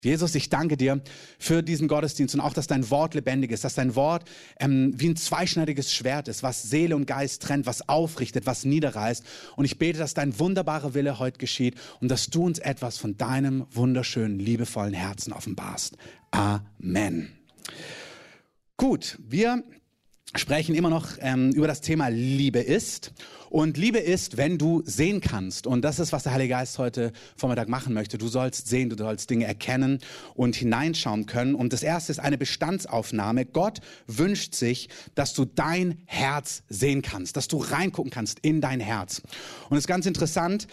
Jesus, ich danke dir für diesen Gottesdienst und auch, dass dein Wort lebendig ist, dass dein Wort wie ein zweischneidiges Schwert ist, was Seele und Geist trennt, was aufrichtet, was niederreißt. Und ich bete, dass dein wunderbarer Wille heute geschieht und dass du uns etwas von deinem wunderschönen, liebevollen Herzen offenbarst. Amen. Gut, wir sprechen immer noch über das Thema Liebe ist. Und Liebe ist, wenn du sehen kannst. Und das ist, was der Heilige Geist heute Vormittag machen möchte. Du sollst sehen, du sollst Dinge erkennen und hineinschauen können. Und das Erste ist eine Bestandsaufnahme. Gott wünscht sich, dass du dein Herz sehen kannst, dass du reingucken kannst in dein Herz. Und es ist ganz interessant,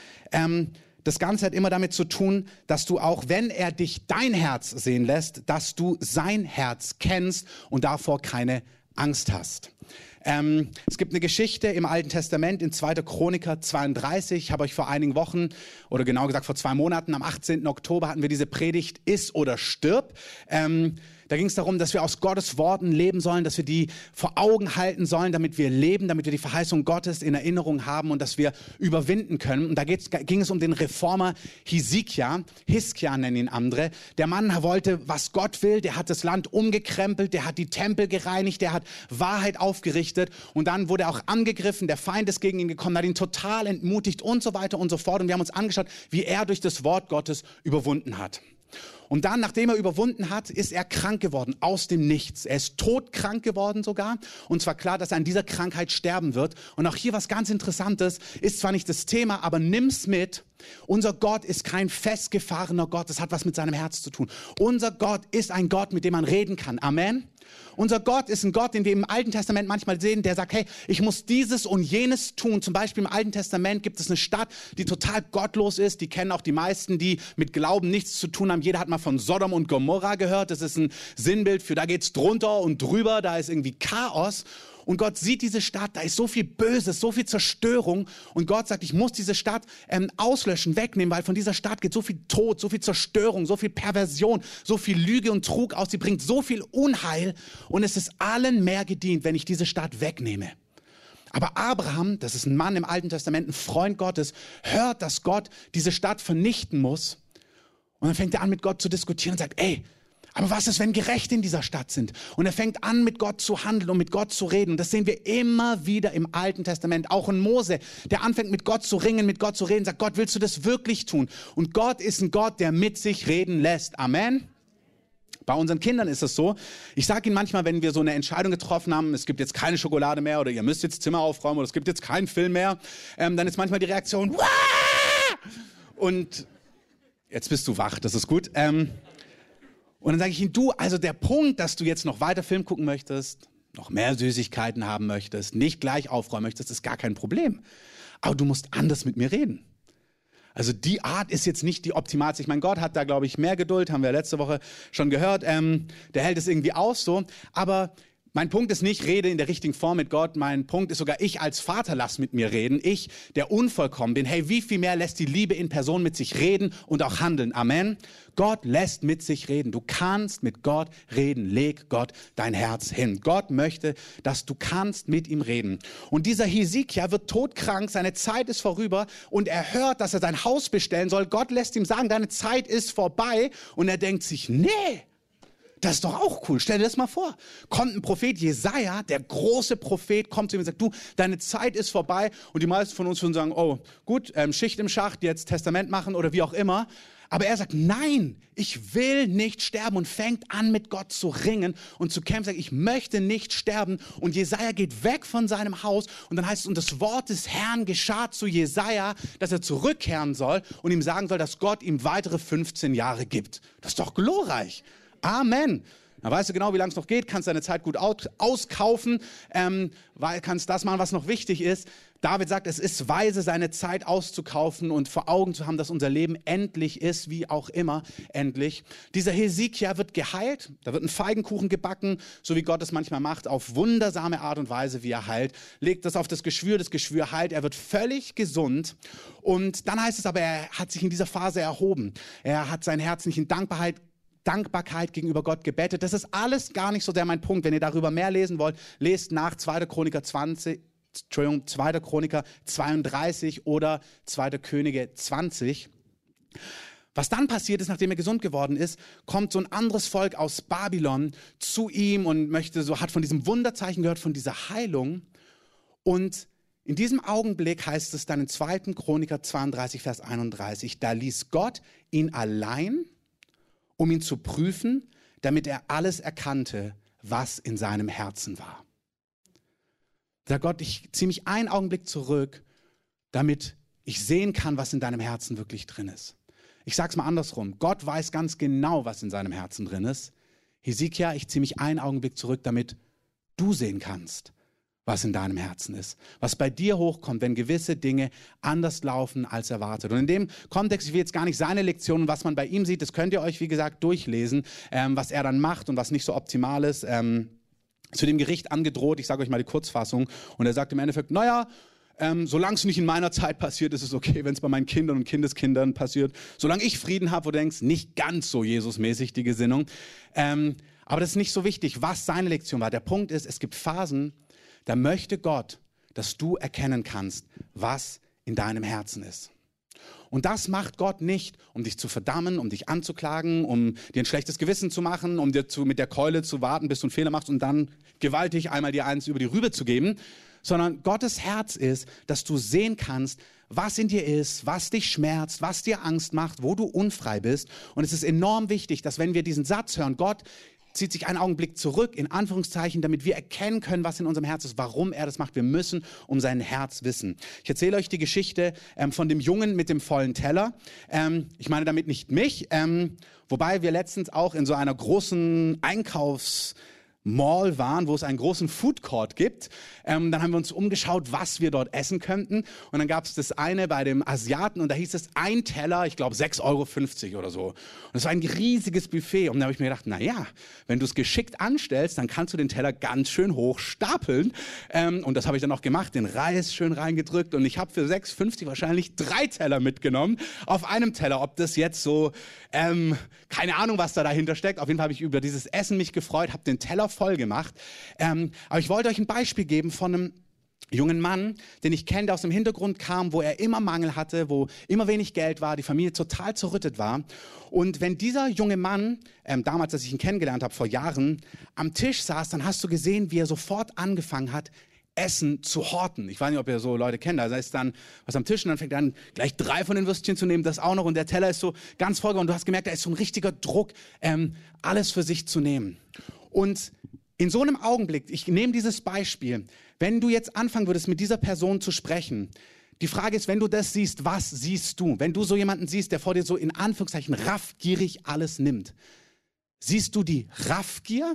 das Ganze hat immer damit zu tun, dass du auch, wenn er dich dein Herz sehen lässt, dass du sein Herz kennst und davor keine Angst hast. Es gibt eine Geschichte im Alten Testament in 2. Chroniker 32. Ich habe euch vor einigen Wochen, oder genau gesagt vor 2 Monaten, am 18. Oktober hatten wir diese Predigt Iss oder stirb. Da ging es darum, dass wir aus Gottes Worten leben sollen, dass wir die vor Augen halten sollen, damit wir leben, damit wir die Verheißung Gottes in Erinnerung haben und dass wir überwinden können. Und da ging es um den Reformer Hiskia nennen ihn andere. Der Mann wollte, was Gott will, der hat das Land umgekrempelt, der hat die Tempel gereinigt, der hat Wahrheit aufgerichtet und dann wurde er auch angegriffen, der Feind ist gegen ihn gekommen, hat ihn total entmutigt und so weiter und so fort. Und wir haben uns angeschaut, wie er durch das Wort Gottes überwunden hat. Und dann, nachdem er überwunden hat, ist er krank geworden, aus dem Nichts. Er ist todkrank geworden sogar. Und zwar klar, dass er an dieser Krankheit sterben wird. Und auch hier was ganz Interessantes, ist zwar nicht das Thema, aber nimm's mit. Unser Gott ist kein festgefahrener Gott, das hat was mit seinem Herz zu tun. Unser Gott ist ein Gott, mit dem man reden kann. Amen. Unser Gott ist ein Gott, den wir im Alten Testament manchmal sehen, der sagt, hey, ich muss dieses und jenes tun. Zum Beispiel im Alten Testament gibt es eine Stadt, die total gottlos ist. Die kennen auch die meisten, die mit Glauben nichts zu tun haben. Jeder hat mal von Sodom und Gomorra gehört. Das ist ein Sinnbild für, da geht's drunter und drüber, da ist irgendwie Chaos. Und Gott sieht diese Stadt, da ist so viel Böses, so viel Zerstörung. Und Gott sagt, ich muss diese Stadt auslöschen, wegnehmen, weil von dieser Stadt geht so viel Tod, so viel Zerstörung, so viel Perversion, so viel Lüge und Trug aus. Sie bringt so viel Unheil. Und es ist allen mehr gedient, wenn ich diese Stadt wegnehme. Aber Abraham, das ist ein Mann im Alten Testament, ein Freund Gottes, hört, dass Gott diese Stadt vernichten muss. Und dann fängt er an, mit Gott zu diskutieren und sagt, ey, aber was ist, wenn Gerechte in dieser Stadt sind? Und er fängt an, mit Gott zu handeln und mit Gott zu reden. Und das sehen wir immer wieder im Alten Testament. Auch in Mose, der anfängt, mit Gott zu ringen, mit Gott zu reden, sagt, Gott, willst du das wirklich tun? Und Gott ist ein Gott, der mit sich reden lässt. Amen. Bei unseren Kindern ist es so, ich sage ihnen manchmal, wenn wir so eine Entscheidung getroffen haben, es gibt jetzt keine Schokolade mehr oder ihr müsst jetzt Zimmer aufräumen oder es gibt jetzt keinen Film mehr, dann ist manchmal die Reaktion, Wah! Und jetzt bist du wach, das ist gut. Und dann sage ich ihnen, du, also der Punkt, dass du jetzt noch weiter Film gucken möchtest, noch mehr Süßigkeiten haben möchtest, nicht gleich aufräumen möchtest, ist gar kein Problem. Aber du musst anders mit mir reden. Also die Art ist jetzt nicht die optimalste. Ich meine, Gott hat da, glaube ich, mehr Geduld, haben wir letzte Woche schon gehört. Der hält es irgendwie aus so. Aber mein Punkt ist nicht, rede in der richtigen Form mit Gott. Mein Punkt ist sogar, ich als Vater lass mit mir reden. Ich, der unvollkommen bin. Hey, wie viel mehr lässt die Liebe in Person mit sich reden und auch handeln? Amen. Gott lässt mit sich reden. Du kannst mit Gott reden. Leg Gott dein Herz hin. Gott möchte, dass du kannst mit ihm reden. Und dieser Hiskia wird todkrank. Seine Zeit ist vorüber. Und er hört, dass er sein Haus bestellen soll. Gott lässt ihm sagen, deine Zeit ist vorbei. Und er denkt sich, nee. Das ist doch auch cool. Stell dir das mal vor. Kommt ein Prophet, Jesaja, der große Prophet, kommt zu ihm und sagt, du, deine Zeit ist vorbei. Und die meisten von uns würden sagen, oh, gut, Schicht im Schacht, jetzt Testament machen oder wie auch immer. Aber er sagt, nein, ich will nicht sterben und fängt an, mit Gott zu ringen und zu kämpfen. Sagt, ich möchte nicht sterben. Und Jesaja geht weg von seinem Haus. Und dann heißt es, und das Wort des Herrn geschah zu Jesaja, dass er zurückkehren soll und ihm sagen soll, dass Gott ihm weitere 15 Jahre gibt. Das ist doch glorreich. Amen. Dann weißt du genau, wie lange es noch geht, kannst deine Zeit gut auskaufen, weil kannst das machen, was noch wichtig ist. David sagt, es ist weise, seine Zeit auszukaufen und vor Augen zu haben, dass unser Leben endlich ist, wie auch immer endlich. Dieser Hiskia wird geheilt, da wird ein Feigenkuchen gebacken, so wie Gott es manchmal macht, auf wundersame Art und Weise, wie er heilt. Legt das auf das Geschwür heilt, er wird völlig gesund. Und dann heißt es aber, er hat sich in dieser Phase erhoben. Er hat sein Herz nicht in Dankbarkeit gegenüber Gott gebetet. Das ist alles gar nicht so sehr mein Punkt. Wenn ihr darüber mehr lesen wollt, lest nach 2. Chroniker 32 oder 2. Könige 20. Was dann passiert ist, nachdem er gesund geworden ist, kommt so ein anderes Volk aus Babylon zu ihm und hat von diesem Wunderzeichen gehört, von dieser Heilung. Und in diesem Augenblick heißt es dann in 2. Chroniker 32, Vers 31, da ließ Gott ihn allein, um ihn zu prüfen, damit er alles erkannte, was in seinem Herzen war. Sagt Gott, ich ziehe mich einen Augenblick zurück, damit ich sehen kann, was in deinem Herzen wirklich drin ist. Ich sage es mal andersrum. Gott weiß ganz genau, was in seinem Herzen drin ist. Hesekia, ich ziehe mich einen Augenblick zurück, damit du sehen kannst, was in deinem Herzen ist. Was bei dir hochkommt, wenn gewisse Dinge anders laufen als erwartet. Und in dem Kontext, ich will jetzt gar nicht seine Lektion und was man bei ihm sieht, das könnt ihr euch, wie gesagt, durchlesen, was er dann macht und was nicht so optimal ist. Zu dem Gericht angedroht, ich sage euch mal die Kurzfassung. Und er sagt im Endeffekt, naja, solange es nicht in meiner Zeit passiert, ist es okay, wenn es bei meinen Kindern und Kindeskindern passiert. Solange ich Frieden habe, wo du denkst, nicht ganz so Jesusmäßig die Gesinnung. Aber das ist nicht so wichtig, was seine Lektion war. Der Punkt ist, es gibt Phasen, da möchte Gott, dass du erkennen kannst, was in deinem Herzen ist. Und das macht Gott nicht, um dich zu verdammen, um dich anzuklagen, um dir ein schlechtes Gewissen zu machen, um dir mit der Keule zu warten, bis du einen Fehler machst und dann gewaltig einmal dir eins über die Rübe zu geben. Sondern Gottes Herz ist, dass du sehen kannst, was in dir ist, was dich schmerzt, was dir Angst macht, wo du unfrei bist. Und es ist enorm wichtig, dass wenn wir diesen Satz hören, Gott zieht sich einen Augenblick zurück, in Anführungszeichen, damit wir erkennen können, was in unserem Herz ist, warum er das macht. Wir müssen um sein Herz wissen. Ich erzähle euch die Geschichte von dem Jungen mit dem vollen Teller. Ich meine damit nicht mich, wobei wir letztens auch in so einer großen Mall waren, wo es einen großen Food Court gibt. Dann haben wir uns umgeschaut, was wir dort essen könnten. Und dann gab es das eine bei dem Asiaten und da hieß es ein Teller, ich glaube 6,50 € oder so. Und das war ein riesiges Buffet. Und da habe ich mir gedacht, naja, wenn du es geschickt anstellst, dann kannst du den Teller ganz schön hoch stapeln. Und das habe ich dann auch gemacht, den Reis schön reingedrückt. Und ich habe für 6,50 wahrscheinlich 3 Teller mitgenommen auf einem Teller. Ob das jetzt so, keine Ahnung, was da dahinter steckt. Auf jeden Fall habe ich über dieses Essen mich gefreut, habe den Teller voll gemacht. Aber ich wollte euch ein Beispiel geben von einem jungen Mann, den ich kenne, der aus dem Hintergrund kam, wo er immer Mangel hatte, wo immer wenig Geld war, die Familie total zerrüttet war. Und wenn dieser junge Mann, damals, als ich ihn kennengelernt habe, vor Jahren, am Tisch saß, dann hast du gesehen, wie er sofort angefangen hat, Essen zu horten. Ich weiß nicht, ob ihr so Leute kennt. Da ist dann was am Tisch und dann fängt er an, gleich 3 von den Würstchen zu nehmen, das auch noch. Und der Teller ist so ganz voll. Und du hast gemerkt, da ist so ein richtiger Druck, alles für sich zu nehmen. Und in so einem Augenblick, ich nehme dieses Beispiel, wenn du jetzt anfangen würdest, mit dieser Person zu sprechen, die Frage ist, wenn du das siehst, was siehst du? Wenn du so jemanden siehst, der vor dir so in Anführungszeichen raffgierig alles nimmt, siehst du die Raffgier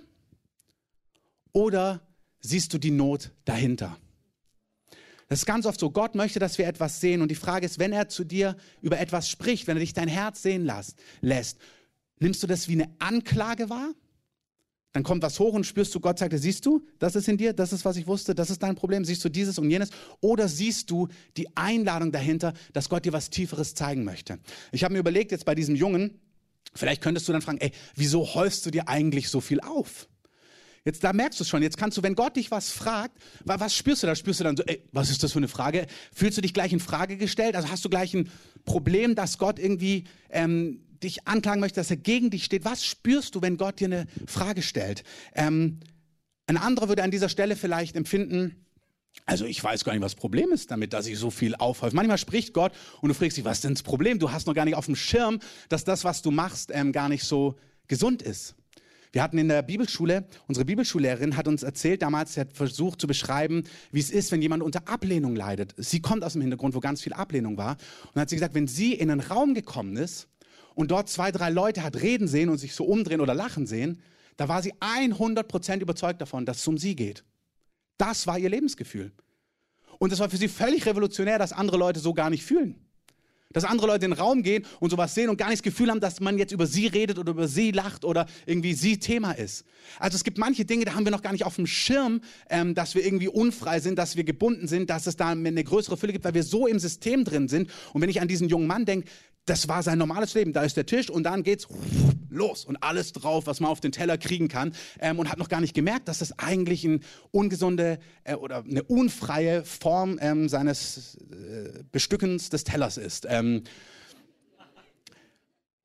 oder siehst du die Not dahinter? Das ist ganz oft so, Gott möchte, dass wir etwas sehen und die Frage ist, wenn er zu dir über etwas spricht, wenn er dich dein Herz sehen lässt, nimmst du das wie eine Anklage wahr? Dann kommt was hoch und spürst du, Gott sagt, siehst du, das ist in dir, das ist, was ich wusste, das ist dein Problem, siehst du dieses und jenes? Oder siehst du die Einladung dahinter, dass Gott dir was Tieferes zeigen möchte? Ich habe mir überlegt, jetzt bei diesem Jungen, vielleicht könntest du dann fragen, wieso häufst du dir eigentlich so viel auf? Jetzt, da merkst du es schon, jetzt kannst du, wenn Gott dich was fragt, was spürst du da? Spürst du dann so, was ist das für eine Frage? Fühlst du dich gleich in Frage gestellt? Also hast du gleich ein Problem, dass Gott irgendwie dich anklagen möchte, dass er gegen dich steht? Was spürst du, wenn Gott dir eine Frage stellt? Ein anderer würde an dieser Stelle vielleicht empfinden, also ich weiß gar nicht, was das Problem ist damit, dass ich so viel aufhäufe. Manchmal spricht Gott und du fragst dich, was ist denn das Problem? Du hast noch gar nicht auf dem Schirm, dass das, was du machst, gar nicht so gesund ist. Wir hatten in der Bibelschule, unsere Bibelschullehrerin hat uns erzählt damals, sie hat versucht zu beschreiben, wie es ist, wenn jemand unter Ablehnung leidet. Sie kommt aus dem Hintergrund, wo ganz viel Ablehnung war. Und hat sie gesagt, wenn sie in einen Raum gekommen ist und dort 2, 3 Leute hat reden sehen und sich so umdrehen oder lachen sehen, da war sie 100% überzeugt davon, dass es um sie geht. Das war ihr Lebensgefühl. Und es war für sie völlig revolutionär, dass andere Leute so gar nicht fühlen. Dass andere Leute in den Raum gehen und sowas sehen und gar nicht das Gefühl haben, dass man jetzt über sie redet oder über sie lacht oder irgendwie sie Thema ist. Also es gibt manche Dinge, da haben wir noch gar nicht auf dem Schirm, dass wir irgendwie unfrei sind, dass wir gebunden sind, dass es da eine größere Fülle gibt, weil wir so im System drin sind. Und wenn ich an diesen jungen Mann denke, das war sein normales Leben. Da ist der Tisch und dann geht's los und alles drauf, was man auf den Teller kriegen kann. Und hat noch gar nicht gemerkt, dass das eigentlich eine ungesunde oder eine unfreie Form seines Bestückens des Tellers ist.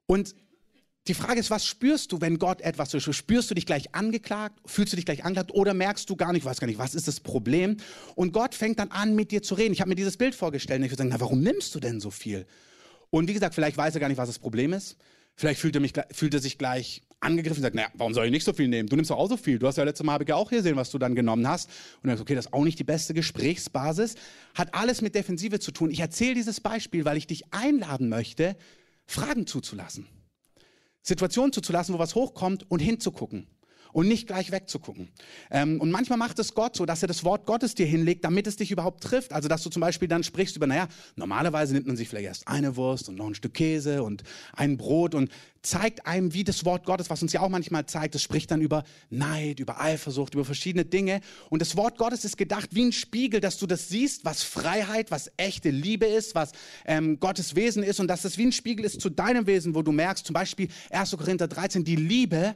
Und die Frage ist, was spürst du, wenn Gott etwas tut? Spürst du dich gleich angeklagt? Fühlst du dich gleich angeklagt? Oder merkst du gar nicht, weißt gar nicht, was ist das Problem? Und Gott fängt dann an, mit dir zu reden. Ich habe mir dieses Bild vorgestellt und ich würde sagen, na, warum nimmst du denn so viel? Und wie gesagt, vielleicht weiß er gar nicht, was das Problem ist. Vielleicht fühlt er sich gleich angegriffen und sagt, naja, warum soll ich nicht so viel nehmen? Du nimmst doch auch so viel. Du hast ja letztes Mal, habe ich ja auch gesehen, was du dann genommen hast. Und dann okay, das ist auch nicht die beste Gesprächsbasis. Hat alles mit Defensive zu tun. Ich erzähle dieses Beispiel, weil ich dich einladen möchte, Fragen zuzulassen. Situationen zuzulassen, wo was hochkommt und hinzugucken und nicht gleich wegzugucken. Und manchmal macht es Gott so, dass er das Wort Gottes dir hinlegt, damit es dich überhaupt trifft. Also, dass du zum Beispiel dann sprichst über, naja, normalerweise nimmt man sich vielleicht erst eine Wurst und noch ein Stück Käse und ein Brot und zeigt einem, wie das Wort Gottes, was uns ja auch manchmal zeigt, es spricht dann über Neid, über Eifersucht, über verschiedene Dinge. Und das Wort Gottes ist gedacht wie ein Spiegel, dass du das siehst, was Freiheit, was echte Liebe ist, was Gottes Wesen ist und dass das wie ein Spiegel ist zu deinem Wesen, wo du merkst, zum Beispiel 1. Korinther 13, die Liebe,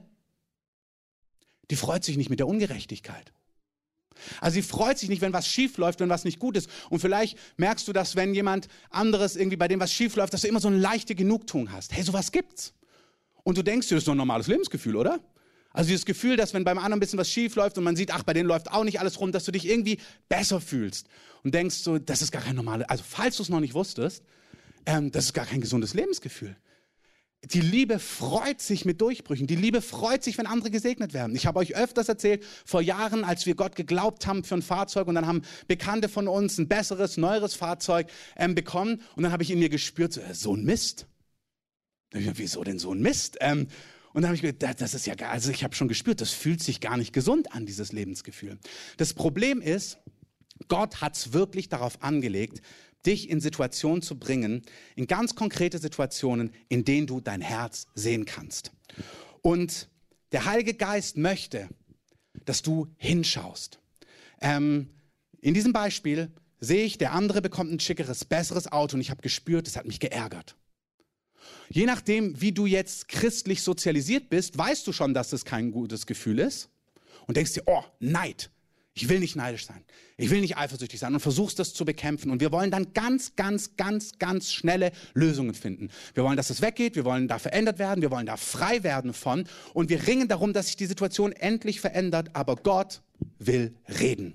die freut sich nicht mit der Ungerechtigkeit. Also sie freut sich nicht, wenn was schief läuft, wenn was nicht gut ist. Und vielleicht merkst du, dass wenn jemand anderes irgendwie bei dem was schief läuft, dass du immer so eine leichte Genugtuung hast. Hey, sowas gibt's. Und du denkst dir, das ist doch ein normales Lebensgefühl, oder? Also dieses Gefühl, dass wenn beim anderen ein bisschen was schief läuft und man sieht, ach, bei denen läuft auch nicht alles rund, dass du dich irgendwie besser fühlst. Und denkst so, das ist gar kein normales, also falls du es noch nicht wusstest, das ist gar kein gesundes Lebensgefühl. Die Liebe freut sich mit Durchbrüchen. Die Liebe freut sich, wenn andere gesegnet werden. Ich habe euch öfters erzählt, vor Jahren, als wir Gott geglaubt haben für ein Fahrzeug und dann haben Bekannte von uns ein besseres, neueres Fahrzeug bekommen und dann habe ich in mir gespürt, so ein Mist. Wieso denn so ein Mist? Und dann habe ich gedacht, das ist ja gar, also ich habe schon gespürt, das fühlt sich gar nicht gesund an, dieses Lebensgefühl. Das Problem ist, Gott hat es wirklich darauf angelegt, dich in Situationen zu bringen, in ganz konkrete Situationen, in denen du dein Herz sehen kannst. Und der Heilige Geist möchte, dass du hinschaust. In diesem Beispiel sehe ich, der andere bekommt ein schickeres, besseres Auto und ich habe gespürt, es hat mich geärgert. Je nachdem, wie du jetzt christlich sozialisiert bist, weißt du schon, dass das kein gutes Gefühl ist und denkst dir, oh, Neid. Ich will nicht neidisch sein. Ich will nicht eifersüchtig sein und versuchst das zu bekämpfen. Und wir wollen dann ganz schnelle Lösungen finden. Wir wollen, dass es weggeht. Wir wollen da verändert werden. Wir wollen da frei werden von. Und wir ringen darum, dass sich die Situation endlich verändert. Aber Gott will reden.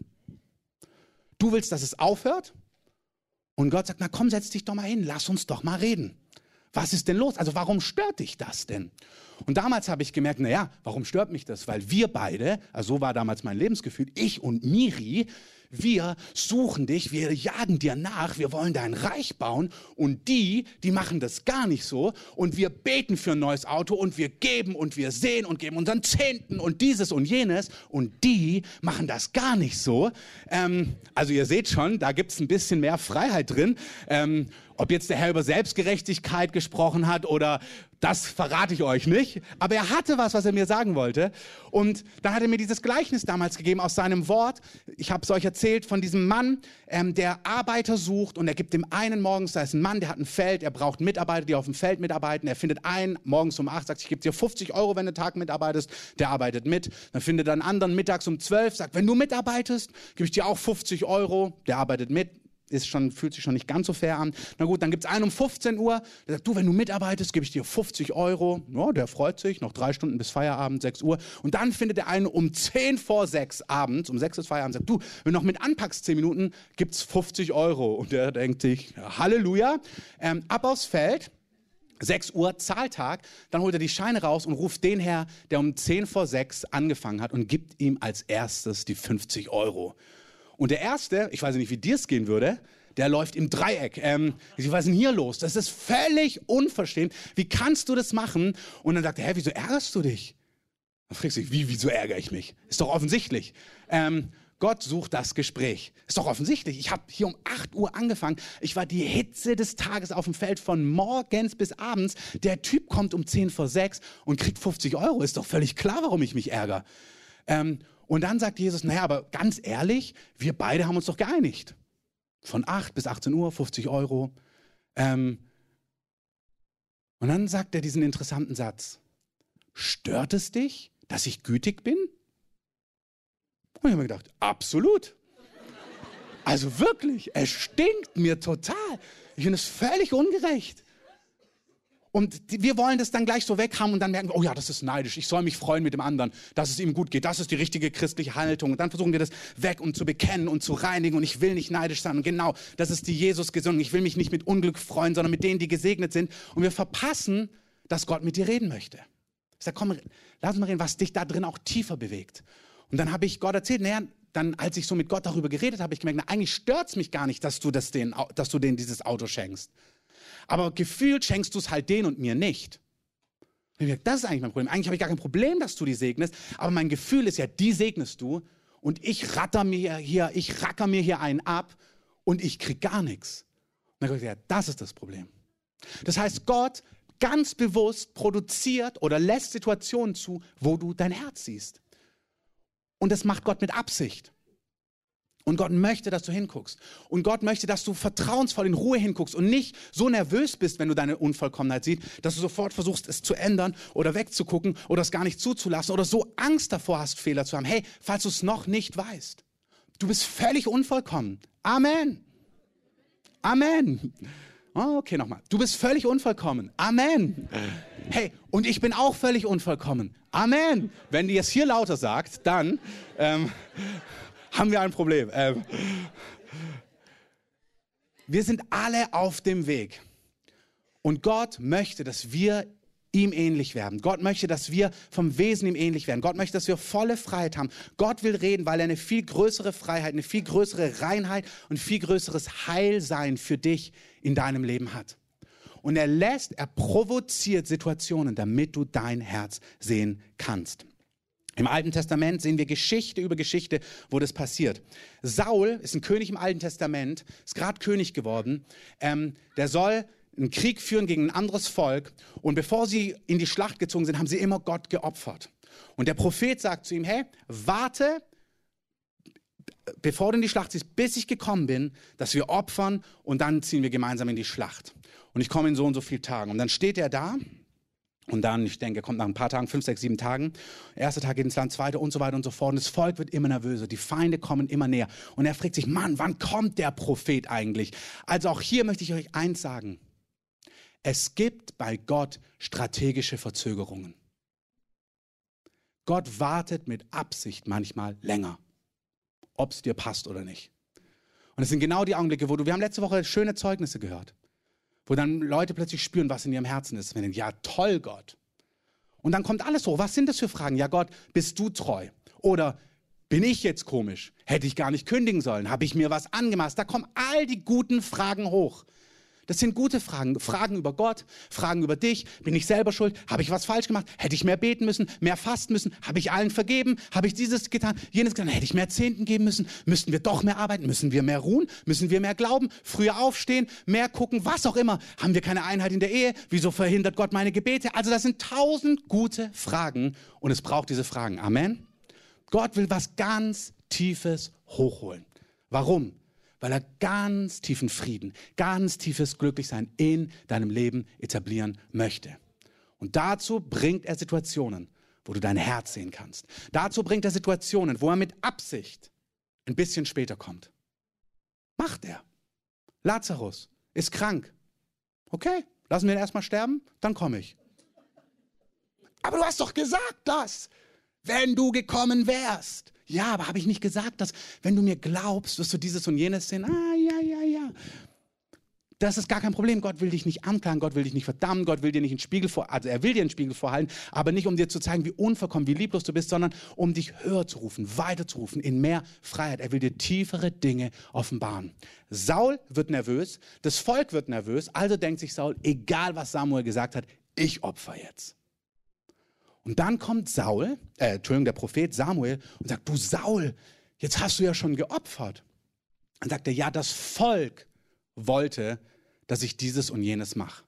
Du willst, dass es aufhört. Und Gott sagt, na komm, setz dich doch mal hin. Lass uns doch mal reden. Was ist denn los? Also warum stört dich das denn? Und damals habe ich gemerkt, naja, warum stört mich das? Weil wir beide, also so war damals mein Lebensgefühl, ich und Miri, wir suchen dich, wir jagen dir nach, wir wollen dein Reich bauen und die machen das gar nicht so und wir beten für ein neues Auto und wir geben und wir sehen und geben unseren Zehnten und dieses und jenes und die machen das gar nicht so. Also ihr seht schon, da gibt es ein bisschen mehr Freiheit drin. Ob jetzt der Herr über Selbstgerechtigkeit gesprochen hat oder das verrate ich euch nicht. Aber er hatte was er mir sagen wollte. Und dann hat er mir dieses Gleichnis damals gegeben aus seinem Wort. Ich habe es euch erzählt von diesem Mann, der Arbeiter sucht und er gibt dem einen morgens, da ist ein Mann, der hat ein Feld, er braucht Mitarbeiter, die auf dem Feld mitarbeiten. Er findet einen morgens um 8, sagt, ich gebe dir 50 €, wenn du einen Tag mitarbeitest. Der arbeitet mit. Dann findet er einen anderen mittags um 12, sagt, wenn du mitarbeitest, gebe ich dir auch 50 €. Der arbeitet mit. Fühlt sich schon nicht ganz so fair an. Na gut, dann gibt es einen um 15 Uhr, der sagt, du, wenn du mitarbeitest, gebe ich dir 50 €. Ja, der freut sich, noch 3 Stunden bis Feierabend, 6 Uhr. Und dann findet der einen um 10 vor 6 abends, um 6 ist Feierabend, sagt, du, wenn du noch mit anpackst 10 Minuten, gibt es 50 €. Und der denkt sich, ja, Halleluja, ab aufs Feld. 6 Uhr, Zahltag, dann holt er die Scheine raus und ruft den her, der um 10 vor 6 angefangen hat und gibt ihm als erstes die 50 €. Und der Erste, ich weiß nicht, wie dir es gehen würde, der läuft im Dreieck. Was ist denn hier los? Das ist völlig unverschämt. Wie kannst du das machen? Und dann sagt er, wieso ärgerst du dich? Dann fragst du dich, wieso ärgere ich mich? Ist doch offensichtlich. Gott sucht das Gespräch. Ist doch offensichtlich. Ich habe hier um 8 Uhr angefangen. Ich war die Hitze des Tages auf dem Feld von morgens bis abends. Der Typ kommt um 10 vor 6 und kriegt 50 €. Ist doch völlig klar, warum ich mich ärgere. Und dann sagt Jesus, naja, aber ganz ehrlich, wir beide haben uns doch geeinigt. Von 8 bis 18 Uhr, 50 €. Und dann sagt er diesen interessanten Satz. Stört es dich, dass ich gütig bin? Und ich habe mir gedacht, absolut. Also wirklich, es stinkt mir total. Ich finde es völlig ungerecht. Und wir wollen das dann gleich so weg haben und dann merken wir, oh ja, das ist neidisch, ich soll mich freuen mit dem anderen, dass es ihm gut geht, das ist die richtige christliche Haltung. Und dann versuchen wir das weg und zu bekennen und zu reinigen und ich will nicht neidisch sein. Und genau, das ist die Jesus-Gesinnung. Ich will mich nicht mit Unglück freuen, sondern mit denen, die gesegnet sind. Und wir verpassen, dass Gott mit dir reden möchte. Ich sage, komm, lass uns mal reden, was dich da drin auch tiefer bewegt. Und dann habe ich Gott erzählt, naja, dann, als ich so mit Gott darüber geredet habe, habe ich gemerkt, na, eigentlich stört es mich gar nicht, dass du denen dieses Auto schenkst. Aber gefühlt schenkst du es halt denen und mir nicht. Das ist eigentlich mein Problem. Eigentlich habe ich gar kein Problem, dass du die segnest, aber mein Gefühl ist ja, die segnest du und ich racker mir hier einen ab und ich kriege gar nichts. Und dann habe ich gesagt, das ist das Problem. Das heißt, Gott ganz bewusst produziert oder lässt Situationen zu, wo du dein Herz siehst. Und das macht Gott mit Absicht. Und Gott möchte, dass du hinguckst. Und Gott möchte, dass du vertrauensvoll in Ruhe hinguckst und nicht so nervös bist, wenn du deine Unvollkommenheit siehst, dass du sofort versuchst, es zu ändern oder wegzugucken oder es gar nicht zuzulassen oder so Angst davor hast, Fehler zu haben. Hey, falls du es noch nicht weißt, du bist völlig unvollkommen. Amen. Amen. Oh, okay, nochmal. Du bist völlig unvollkommen. Amen. Hey, und ich bin auch völlig unvollkommen. Amen. Wenn ihr es hier lauter sagt, dann haben wir ein Problem. Wir sind alle auf dem Weg. Und Gott möchte, dass wir ihm ähnlich werden. Gott möchte, dass wir vom Wesen ihm ähnlich werden. Gott möchte, dass wir volle Freiheit haben. Gott will reden, weil er eine viel größere Freiheit, eine viel größere Reinheit und viel größeres Heilsein für dich in deinem Leben hat. Und er provoziert Situationen, damit du dein Herz sehen kannst. Im Alten Testament sehen wir Geschichte über Geschichte, wo das passiert. Saul ist ein König im Alten Testament, ist gerade König geworden. Der soll einen Krieg führen gegen ein anderes Volk. Und bevor sie in die Schlacht gezogen sind, haben sie immer Gott geopfert. Und der Prophet sagt zu ihm, hey, warte, bevor du in die Schlacht ziehst, bis ich gekommen bin, dass wir opfern und dann ziehen wir gemeinsam in die Schlacht. Und ich komme in so und so vielen Tagen. Und dann steht er da. Und dann, ich denke, er kommt nach ein paar Tagen, 5, 6, 7 Tagen. Erster Tag geht ins Land, zweiter und so weiter und so fort. Und das Volk wird immer nervöser, die Feinde kommen immer näher. Und er fragt sich, Mann, wann kommt der Prophet eigentlich? Also auch hier möchte ich euch eins sagen. Es gibt bei Gott strategische Verzögerungen. Gott wartet mit Absicht manchmal länger, ob es dir passt oder nicht. Und es sind genau die Augenblicke, wir haben letzte Woche schöne Zeugnisse gehört, wo dann Leute plötzlich spüren, was in ihrem Herzen ist. Wenn denken, ja toll, Gott. Und dann kommt alles hoch. Was sind das für Fragen? Ja Gott, bist du treu? Oder bin ich jetzt komisch? Hätte ich gar nicht kündigen sollen? Habe ich mir was angemaßt? Da kommen all die guten Fragen hoch. Das sind gute Fragen. Fragen über Gott, Fragen über dich. Bin ich selber schuld? Habe ich was falsch gemacht? Hätte ich mehr beten müssen? Mehr fasten müssen? Habe ich allen vergeben? Habe ich dieses getan? Jenes getan? Hätte ich mehr Zehnten geben müssen? Müssten wir doch mehr arbeiten? Müssen wir mehr ruhen? Müssen wir mehr glauben? Früher aufstehen? Mehr gucken? Was auch immer. Haben wir keine Einheit in der Ehe? Wieso verhindert Gott meine Gebete? Also das sind 1000 gute Fragen und es braucht diese Fragen. Amen. Gott will was ganz Tiefes hochholen. Warum? Weil er ganz tiefen Frieden, ganz tiefes Glücklichsein in deinem Leben etablieren möchte. Und dazu bringt er Situationen, wo du dein Herz sehen kannst. Dazu bringt er Situationen, wo er mit Absicht ein bisschen später kommt. Macht er. Lazarus ist krank. Okay, lassen wir ihn erstmal sterben, dann komme ich. Aber du hast doch gesagt, dass, wenn du gekommen wärst. Ja, aber habe ich nicht gesagt, dass, wenn du mir glaubst, wirst du dieses und jenes sehen? Ja. Das ist gar kein Problem. Gott will dich nicht anklagen, Gott will dich nicht verdammen, Gott will dir nicht einen Spiegel also er will dir einen Spiegel vorhalten, aber nicht, um dir zu zeigen, wie unvollkommen, wie lieblos du bist, sondern um dich höher zu rufen, weiter zu rufen, in mehr Freiheit. Er will dir tiefere Dinge offenbaren. Saul wird nervös, das Volk wird nervös, also denkt sich Saul, egal was Samuel gesagt hat, ich opfer jetzt. Und dann kommt der Prophet Samuel und sagt, du Saul, jetzt hast du ja schon geopfert. Dann sagt er, ja, das Volk wollte, dass ich dieses und jenes mache.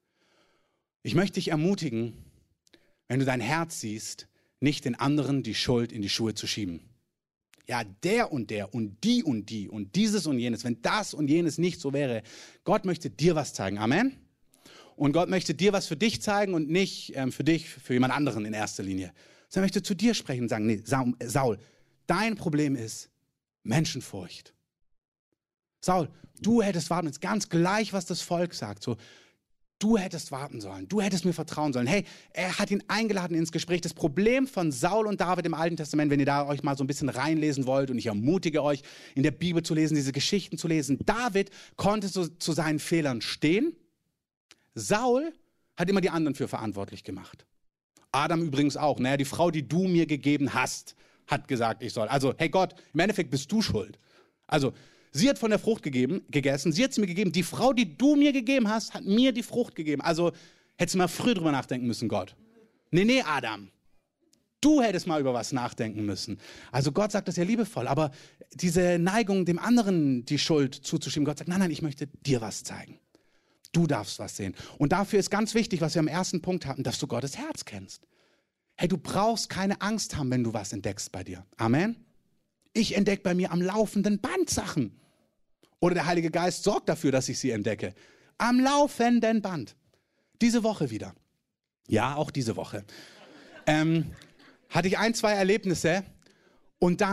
Ich möchte dich ermutigen, wenn du dein Herz siehst, nicht den anderen die Schuld in die Schuhe zu schieben. Ja, der und die und dieses und jenes, wenn das und jenes nicht so wäre, Gott möchte dir was zeigen. Amen. Und Gott möchte dir was für dich zeigen und nicht für dich, für jemand anderen in erster Linie. Sondern er möchte zu dir sprechen und sagen, nee, Saul, dein Problem ist Menschenfurcht. Saul, du hättest warten, jetzt ganz gleich, was das Volk sagt. So, du hättest warten sollen, du hättest mir vertrauen sollen. Hey, er hat ihn eingeladen ins Gespräch. Das Problem von Saul und David im Alten Testament, wenn ihr da euch mal so ein bisschen reinlesen wollt, und ich ermutige euch, in der Bibel zu lesen, diese Geschichten zu lesen. David konnte so zu seinen Fehlern stehen. Saul hat immer die anderen für verantwortlich gemacht. Adam übrigens auch. Naja, die Frau, die du mir gegeben hast, hat gesagt, ich soll. Also, hey Gott, im Endeffekt bist du schuld. Also, sie hat von der Frucht gegessen, sie hat sie mir gegeben. Die Frau, die du mir gegeben hast, hat mir die Frucht gegeben. Also, hättest du mal früher drüber nachdenken müssen, Gott. Nee, Adam. Du hättest mal über was nachdenken müssen. Also Gott sagt das ja liebevoll, aber diese Neigung, dem anderen die Schuld zuzuschieben, Gott sagt, nein, ich möchte dir was zeigen. Du darfst was sehen. Und dafür ist ganz wichtig, was wir am ersten Punkt hatten, dass du Gottes Herz kennst. Hey, du brauchst keine Angst haben, wenn du was entdeckst bei dir. Amen. Ich entdecke bei mir am laufenden Band Sachen. Oder der Heilige Geist sorgt dafür, dass ich sie entdecke. Am laufenden Band. Diese Woche wieder. Ja, auch diese Woche. Hatte ich 1, 2 Erlebnisse und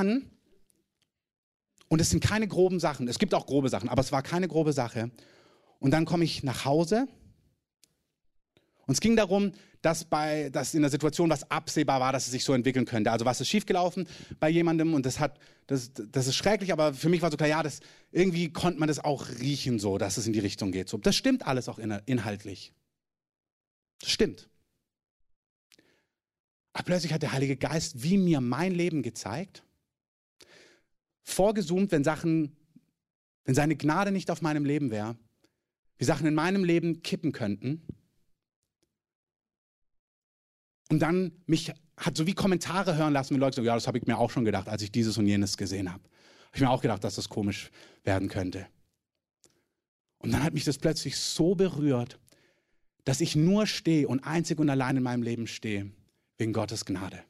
es sind keine groben Sachen. Es gibt auch grobe Sachen, aber es war keine grobe Sache. Und dann komme ich nach Hause und es ging darum, dass in der Situation was absehbar war, dass es sich so entwickeln könnte. Also was ist schiefgelaufen bei jemandem und das ist schrecklich, aber für mich war so klar, ja, irgendwie konnte man das auch riechen so, dass es in die Richtung geht. So, das stimmt alles auch inhaltlich. Das stimmt. Aber plötzlich hat der Heilige Geist wie mir mein Leben gezeigt, vorgezoomt, wenn seine Gnade nicht auf meinem Leben wäre, wie Sachen in meinem Leben kippen könnten. Und dann mich hat so wie Kommentare hören lassen, wenn Leute sagen, ja, das habe ich mir auch schon gedacht, als ich dieses und jenes gesehen habe. Habe ich mir auch gedacht, dass das komisch werden könnte. Und dann hat mich das plötzlich so berührt, dass ich nur stehe und einzig und allein in meinem Leben stehe, wegen Gottes Gnade.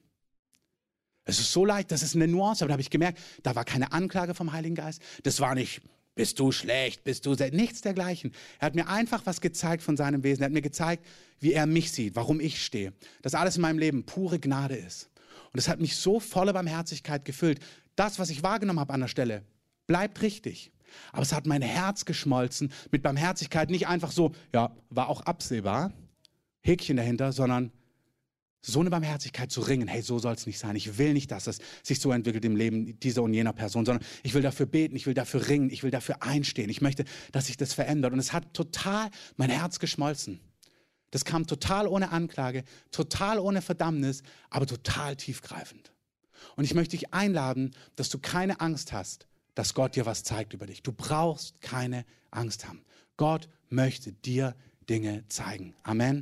Es ist so leicht, das ist eine Nuance, aber da habe ich gemerkt, da war keine Anklage vom Heiligen Geist. Das war nicht, bist du schlecht, nichts dergleichen. Er hat mir einfach was gezeigt von seinem Wesen. Er hat mir gezeigt, wie er mich sieht, warum ich stehe. Dass alles in meinem Leben pure Gnade ist. Und es hat mich so voller Barmherzigkeit gefüllt. Das, was ich wahrgenommen habe an der Stelle, bleibt richtig. Aber es hat mein Herz geschmolzen mit Barmherzigkeit. Nicht einfach so, ja, war auch absehbar, Häkchen dahinter, sondern so eine Barmherzigkeit zu ringen, hey, so soll es nicht sein. Ich will nicht, dass es sich so entwickelt im Leben dieser und jener Person, sondern ich will dafür beten, ich will dafür ringen, ich will dafür einstehen. Ich möchte, dass sich das verändert. Und es hat total mein Herz geschmolzen. Das kam total ohne Anklage, total ohne Verdammnis, aber total tiefgreifend. Und ich möchte dich einladen, dass du keine Angst hast, dass Gott dir was zeigt über dich. Du brauchst keine Angst haben. Gott möchte dir Dinge zeigen. Amen.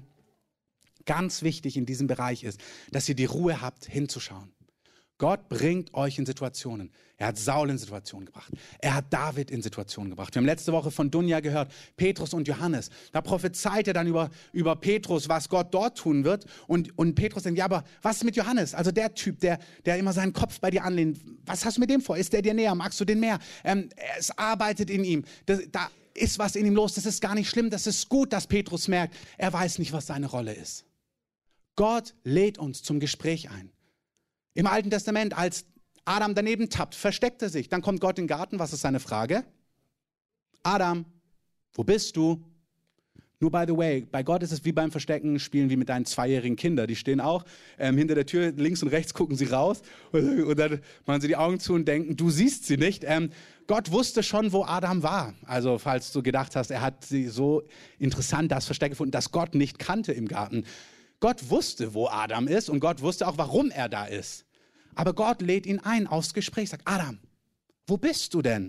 Ganz wichtig in diesem Bereich ist, dass ihr die Ruhe habt, hinzuschauen. Gott bringt euch in Situationen. Er hat Saul in Situationen gebracht. Er hat David in Situationen gebracht. Wir haben letzte Woche von Dunja gehört, Petrus und Johannes. Da prophezeit er dann über Petrus, was Gott dort tun wird. Und Petrus denkt, ja, aber was ist mit Johannes? Also der Typ, der immer seinen Kopf bei dir anlehnt. Was hast du mit dem vor? Ist der dir näher? Magst du den mehr? Es arbeitet in ihm. Da ist was in ihm los. Das ist gar nicht schlimm. Das ist gut, dass Petrus merkt, er weiß nicht, was seine Rolle ist. Gott lädt uns zum Gespräch ein. Im Alten Testament, als Adam daneben tappt, versteckt er sich. Dann kommt Gott in den Garten. Was ist seine Frage? Adam, wo bist du? Nur by the way, bei Gott ist es wie beim Verstecken, spielen wie mit deinen 2-jährigen Kindern. Die stehen auch hinter der Tür, links und rechts gucken sie raus und dann machen sie die Augen zu und denken, du siehst sie nicht. Gott wusste schon, wo Adam war. Also falls du gedacht hast, er hat sie so interessant das Versteck gefunden, dass Gott nicht kannte im Garten. Gott wusste, wo Adam ist und Gott wusste auch, warum er da ist. Aber Gott lädt ihn ein aufs Gespräch, sagt, Adam, wo bist du denn?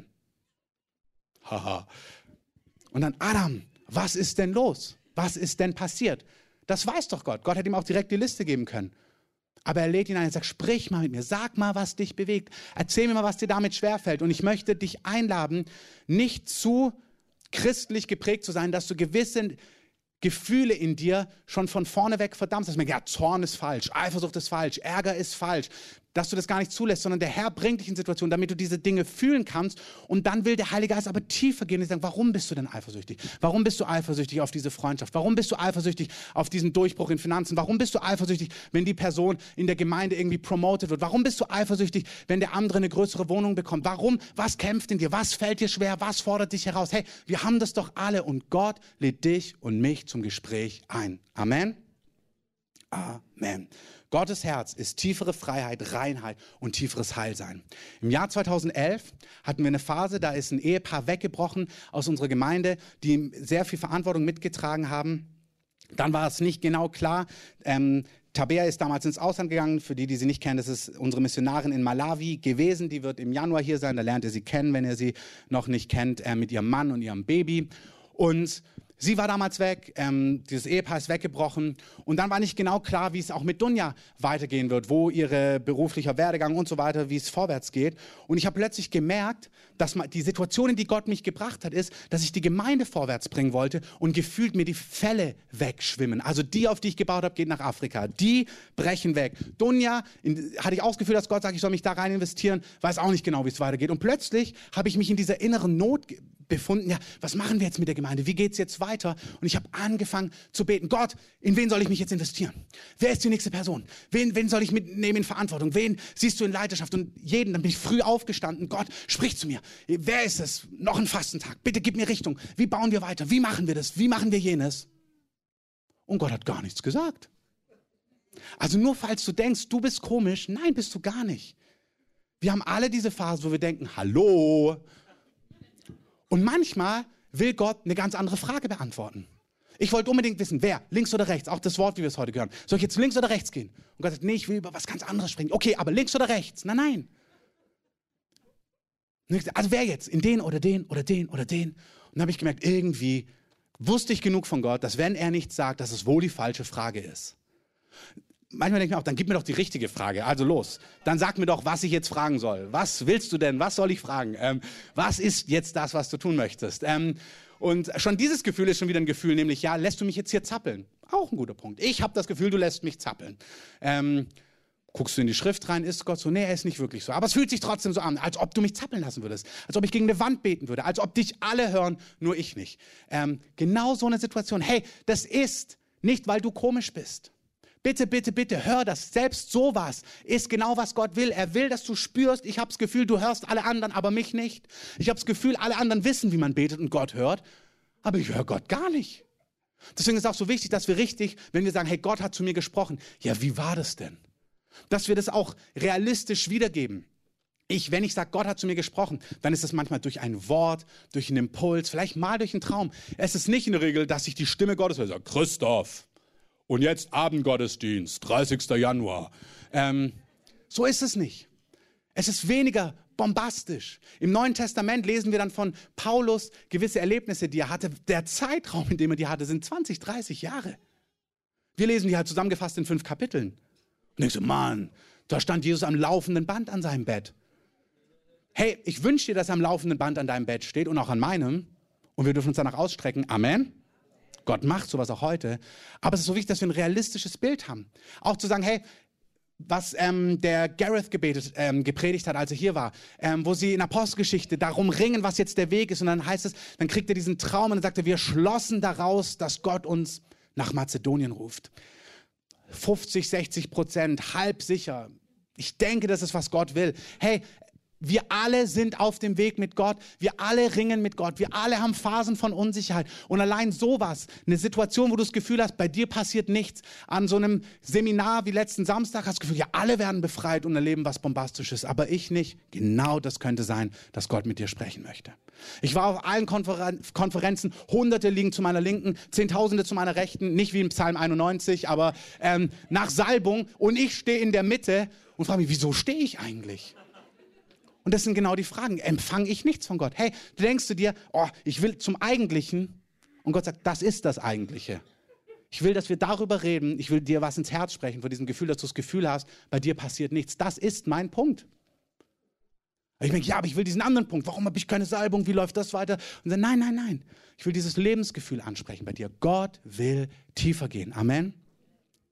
Haha. Und dann, Adam, was ist denn los? Was ist denn passiert? Das weiß doch Gott. Gott hätte ihm auch direkt die Liste geben können. Aber er lädt ihn ein und sagt, sprich mal mit mir, sag mal, was dich bewegt. Erzähl mir mal, was dir damit schwerfällt. Und ich möchte dich einladen, nicht zu christlich geprägt zu sein, dass du gewisse Gefühle in dir schon von vorne weg verdammst. Dass man, ja, Zorn ist falsch, Eifersucht ist falsch, Ärger ist falsch. dass du das gar nicht zulässt, sondern der Herr bringt dich in Situationen, damit du diese Dinge fühlen kannst. Und dann will der Heilige Geist aber tiefer gehen und sagen, warum bist du denn eifersüchtig? Warum bist du eifersüchtig auf diese Freundschaft? Warum bist du eifersüchtig auf diesen Durchbruch in Finanzen? Warum bist du eifersüchtig, wenn die Person in der Gemeinde irgendwie promoted wird? Warum bist du eifersüchtig, wenn der andere eine größere Wohnung bekommt? Warum? Was kämpft in dir? Was fällt dir schwer? Was fordert dich heraus? Hey, wir haben das doch alle und Gott lädt dich und mich zum Gespräch ein. Amen. Amen. Gottes Herz ist tiefere Freiheit, Reinheit und tieferes Heilsein. Im Jahr 2011 hatten wir eine Phase, da ist ein Ehepaar weggebrochen aus unserer Gemeinde, die sehr viel Verantwortung mitgetragen haben. Dann war es nicht genau klar. Tabea ist damals ins Ausland gegangen. Für die sie nicht kennen, das ist unsere Missionarin in Malawi gewesen. Die wird im Januar hier sein. Da lernt ihr sie kennen, wenn ihr sie noch nicht kennt, mit ihrem Mann und ihrem Baby. Und sie war damals weg, dieses Ehepaar ist weggebrochen und dann war nicht genau klar, wie es auch mit Dunja weitergehen wird, wo ihre beruflicher Werdegang und so weiter, wie es vorwärts geht. Und ich habe plötzlich gemerkt, dass die Situation, in die Gott mich gebracht hat, ist, dass ich die Gemeinde vorwärts bringen wollte und gefühlt mir die Fälle wegschwimmen. Also die, auf die ich gebaut habe, geht nach Afrika. Die brechen weg. Dunja, hatte ich auch das Gefühl, dass Gott sagt, ich soll mich da rein investieren, weiß auch nicht genau, wie es weitergeht. Und plötzlich habe ich mich in dieser inneren Not befunden, ja, was machen wir jetzt mit der Gemeinde? Wie geht's jetzt weiter? Und ich habe angefangen zu beten, Gott, in wen soll ich mich jetzt investieren? Wer ist die nächste Person? Wen soll ich mitnehmen in Verantwortung? Wen siehst du in Leiterschaft? Und dann bin ich früh aufgestanden, Gott, sprich zu mir. Wer ist es? Noch ein Fastentag. Bitte gib mir Richtung. Wie bauen wir weiter? Wie machen wir das? Wie machen wir jenes? Und Gott hat gar nichts gesagt. Also nur falls du denkst, du bist komisch, nein, bist du gar nicht. Wir haben alle diese Phase, wo wir denken, hallo. Und manchmal will Gott eine ganz andere Frage beantworten. Ich wollte unbedingt wissen, wer, links oder rechts, auch das Wort, wie wir es heute hören. Soll ich jetzt links oder rechts gehen? Und Gott sagt, nee, ich will über was ganz anderes sprechen. Okay, aber links oder rechts? Nein. Also wer jetzt? In den oder den oder den oder den? Und dann habe ich gemerkt, irgendwie wusste ich genug von Gott, dass wenn er nichts sagt, dass es wohl die falsche Frage ist. Manchmal denke ich mir auch, dann gib mir doch die richtige Frage. Also los, dann sag mir doch, was ich jetzt fragen soll. Was willst du denn? Was soll ich fragen? Was ist jetzt das, was du tun möchtest? Und schon dieses Gefühl ist schon wieder ein Gefühl, nämlich, ja, lässt du mich jetzt hier zappeln? Auch ein guter Punkt. Ich habe das Gefühl, du lässt mich zappeln. Guckst du in die Schrift rein, ist Gott so? Nee, er ist nicht wirklich so. Aber es fühlt sich trotzdem so an, als ob du mich zappeln lassen würdest. Als ob ich gegen eine Wand beten würde. Als ob dich alle hören, nur ich nicht. Genau so eine Situation. Hey, das ist nicht, weil du komisch bist. Bitte, bitte, bitte, hör das. Selbst sowas ist genau, was Gott will. Er will, dass du spürst, ich habe das Gefühl, du hörst alle anderen, aber mich nicht. Ich habe das Gefühl, alle anderen wissen, wie man betet und Gott hört, aber ich höre Gott gar nicht. Deswegen ist es auch so wichtig, dass wir richtig, wenn wir sagen, hey, Gott hat zu mir gesprochen, ja, wie war das denn? Dass wir das auch realistisch wiedergeben. Wenn ich sage, Gott hat zu mir gesprochen, dann ist es manchmal durch ein Wort, durch einen Impuls, vielleicht mal durch einen Traum. Es ist nicht in der Regel, dass ich die Stimme Gottes höre, Christoph. Und jetzt Abendgottesdienst, 30. Januar. So ist es nicht. Es ist weniger bombastisch. Im Neuen Testament lesen wir dann von Paulus gewisse Erlebnisse, die er hatte. Der Zeitraum, in dem er die hatte, sind 20, 30 Jahre. Wir lesen die halt zusammengefasst in 5 Kapiteln. Und denkst du, Mann, da stand Jesus am laufenden Band an seinem Bett. Hey, ich wünsche dir, dass er am laufenden Band an deinem Bett steht und auch an meinem. Und wir dürfen uns danach ausstrecken. Amen. Gott macht sowas auch heute. Aber es ist so wichtig, dass wir ein realistisches Bild haben. Auch zu sagen, hey, was der Gareth gepredigt hat, als er hier war, wo sie in Apostelgeschichte darum ringen, was jetzt der Weg ist. Und dann heißt es, dann kriegt er diesen Traum und dann sagt er, wir schlossen daraus, dass Gott uns nach Mazedonien ruft. 50-60%, halb sicher. Ich denke, das ist, was Gott will. Hey, wir alle sind auf dem Weg mit Gott. Wir alle ringen mit Gott. Wir alle haben Phasen von Unsicherheit. Und allein sowas, eine Situation, wo du das Gefühl hast, bei dir passiert nichts. An so einem Seminar wie letzten Samstag hast du das Gefühl, ja, alle werden befreit und erleben was Bombastisches, aber ich nicht. Genau das könnte sein, dass Gott mit dir sprechen möchte. Ich war auf allen Konferenzen, Hunderte liegen zu meiner Linken, Zehntausende zu meiner Rechten, nicht wie im Psalm 91, aber nach Salbung. Und ich stehe in der Mitte und frage mich, wieso stehe ich eigentlich? Und das sind genau die Fragen. Empfange ich nichts von Gott? Hey, du denkst du dir, oh, ich will zum Eigentlichen. Und Gott sagt, das ist das Eigentliche. Ich will, dass wir darüber reden. Ich will dir was ins Herz sprechen, von diesem Gefühl, dass du das Gefühl hast, bei dir passiert nichts. Das ist mein Punkt. Ich denke, ja, aber ich will diesen anderen Punkt. Warum habe ich keine Salbung? Wie läuft das weiter? Und dann, nein. Ich will dieses Lebensgefühl ansprechen bei dir. Gott will tiefer gehen. Amen.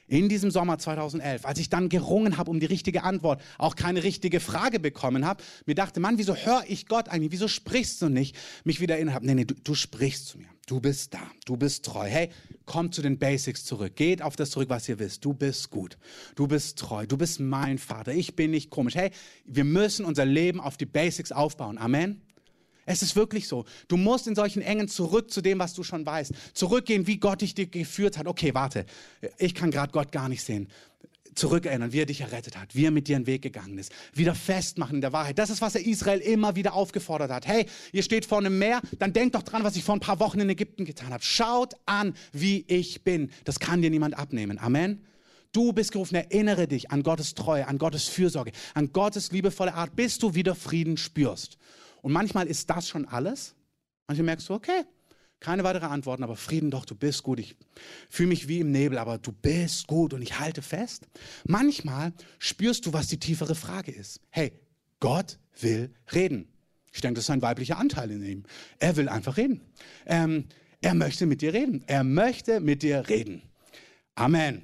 in diesem Sommer 2011, als ich dann gerungen habe um die richtige Antwort, auch keine richtige Frage bekommen habe, mir dachte, Mann, wieso höre ich Gott eigentlich? Wieso sprichst du nicht? Mich wieder erinnert habe, nee, du sprichst zu mir. Du bist da, du bist treu. Hey, komm zu den Basics zurück. Geht auf das zurück, was ihr wisst. Du bist gut, du bist treu, du bist mein Vater. Ich bin nicht komisch. Hey, wir müssen unser Leben auf die Basics aufbauen. Amen. Es ist wirklich so. Du musst in solchen Engen zurück zu dem, was du schon weißt. Zurückgehen, wie Gott dich geführt hat. Okay, warte, ich kann gerade Gott gar nicht sehen. Zurückerinnern, wie er dich errettet hat, wie er mit dir einen Weg gegangen ist. Wieder festmachen in der Wahrheit. Das ist, was er Israel immer wieder aufgefordert hat. Hey, ihr steht vor einem Meer, dann denkt doch dran, was ich vor ein paar Wochen in Ägypten getan habe. Schaut an, wie ich bin. Das kann dir niemand abnehmen. Amen. Du bist gerufen, erinnere dich an Gottes Treue, an Gottes Fürsorge, an Gottes liebevolle Art, bis du wieder Frieden spürst. Und manchmal ist das schon alles. Manchmal merkst du, okay, keine weitere Antworten, aber Frieden doch, du bist gut. Ich fühle mich wie im Nebel, aber du bist gut und ich halte fest. Manchmal spürst du, was die tiefere Frage ist. Hey, Gott will reden. Ich denke, das ist ein weiblicher Anteil in ihm. Er will einfach reden. Er möchte mit dir reden. Er möchte mit dir reden. Amen.